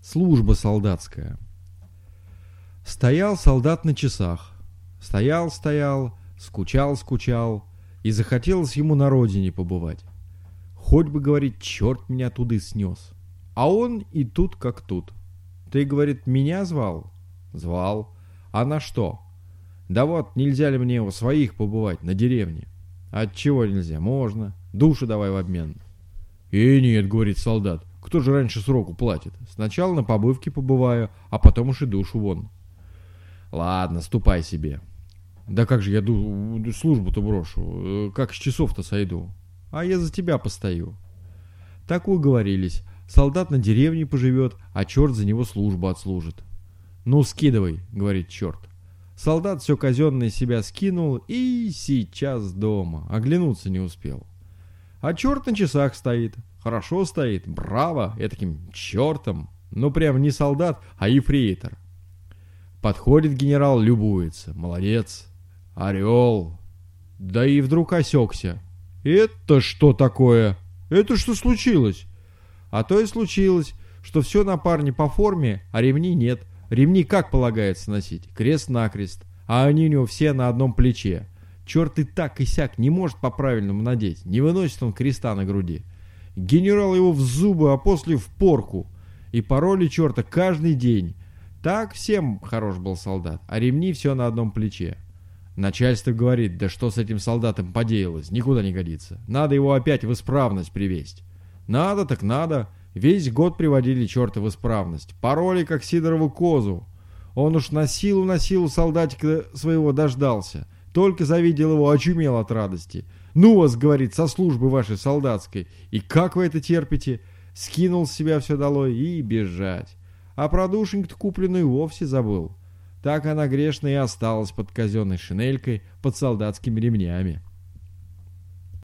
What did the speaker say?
Служба солдатская. Стоял солдат на часах. Стоял, скучал, и захотелось ему на родине побывать. Хоть бы, говорит, черт меня туды снес. А он и тут как тут. Ты, говорит, меня звал? Звал. А на что? Да вот, нельзя ли мне у своих побывать на деревне? Отчего нельзя? Можно. Душу давай в обмен. Нет, говорит солдат, кто же раньше сроку платит? Сначала на побывке побываю, а потом уж и душу вон. Ладно, ступай себе. Да как же я службу-то брошу? Как с часов-то сойду? А я за тебя постою. Так уговорились. Солдат на деревне поживет, а черт за него службу отслужит. Ну, скидывай, говорит черт. Солдат все казенное себя скинул и сейчас дома. Оглянуться не успел. А черт на часах стоит. Хорошо стоит, браво, этаким чертом. Ну, прям не солдат, а ефрейтор. Подходит генерал, любуется. Молодец. Орел. Да и вдруг осекся. Это что такое? Это что случилось? А то и случилось, что все на парне по форме, а ремней нет. Ремни как полагается носить? Крест-накрест. А они у него все на одном плече. Черт и так и сяк не может по-правильному надеть. Не выносит он креста на груди. Генерал его в зубы, а после в порку. И пароли черта каждый день. Так всем хорош был солдат, а ремни все на одном плече. Начальство говорит, да что с этим солдатом подеялось, никуда не годится. Надо его опять в исправность привести. Надо так надо. Весь год приводили черта в исправность. Пароли как Сидорову козу. Он уж на силу солдатика своего дождался. Только завидел его, очумел от радости. «Ну вас, — говорит, — со службы вашей солдатской. И как вы это терпите?» Скинул с себя все долой и бежать. А про душеньку-то купленную вовсе забыл. Так она грешно и осталась под казенной шинелькой, под солдатскими ремнями.